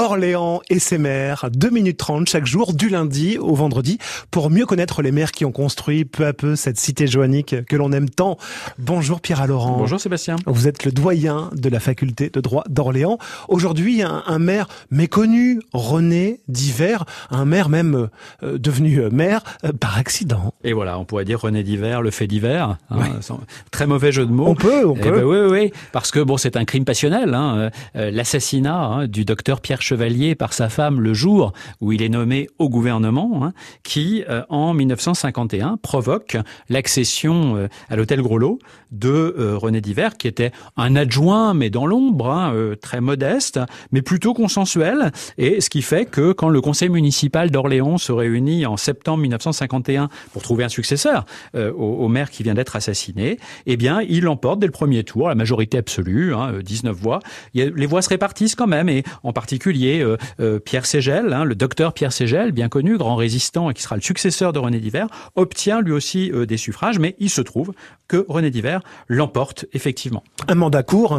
Orléans et ses maires, 2 minutes 30 chaque jour, du lundi au vendredi, pour mieux connaître les maires qui ont construit peu à peu cette cité joannique que l'on aime tant. Bonjour Pierre Alorand. Bonjour Sébastien. Vous êtes le doyen de la faculté de droit d'Orléans. Aujourd'hui, un maire méconnu, René Divert, un maire même devenu maire par accident. Et voilà, on pourrait dire René Divert, le fait divers. Très mauvais jeu de mots. On peut. Oui, parce que c'est un crime passionnel. L'assassinat du docteur Pierre Chevalier par sa femme le jour où il est nommé au gouvernement, qui, en 1951, provoque l'accession à l'hôtel Groslo de René Divert, qui était un adjoint, mais dans l'ombre, très modeste, mais plutôt consensuel. Et ce qui fait que quand le conseil municipal d'Orléans se réunit en septembre 1951 pour trouver un successeur au maire qui vient d'être assassiné, eh bien, il l'emporte dès le premier tour, la majorité absolue, 19 voix. Les voix se répartissent quand même, et en particulier Pierre Ségel, le docteur Pierre Ségel, bien connu, grand résistant et qui sera le successeur de René Divert, obtient lui aussi des suffrages, mais il se trouve que René Divert l'emporte effectivement. Un mandat court,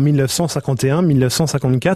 1951-1954.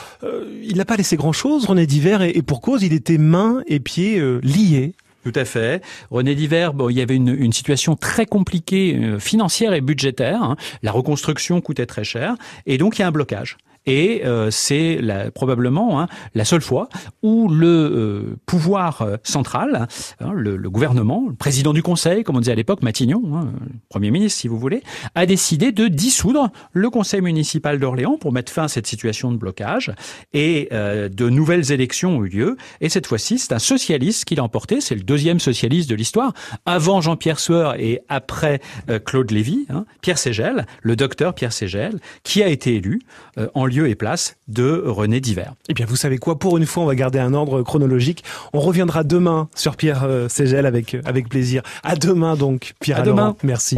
Il n'a pas laissé grand-chose, René Divert, et pour cause, il était mains et pieds liés. Tout à fait. René Divert, il y avait une situation très compliquée financière et budgétaire. La reconstruction coûtait très cher, et donc il y a un blocage. Et c'est probablement la seule fois où le pouvoir central, le gouvernement, le président du conseil, comme on disait à l'époque, Matignon, premier ministre si vous voulez, a décidé de dissoudre le conseil municipal d'Orléans pour mettre fin à cette situation de blocage. Et de nouvelles élections ont eu lieu. Et cette fois-ci, c'est un socialiste qui l'a emporté. C'est le deuxième socialiste de l'histoire, avant Jean-Pierre Sueur et après Claude Lévy, Pierre Ségel, le docteur Pierre Ségel, qui a été élu en lieu et place de René Divert. Eh bien, vous savez quoi? Pour une fois, on va garder un ordre chronologique. On reviendra demain sur Pierre Ségel avec plaisir. À demain donc, Pierre Alorand. Merci.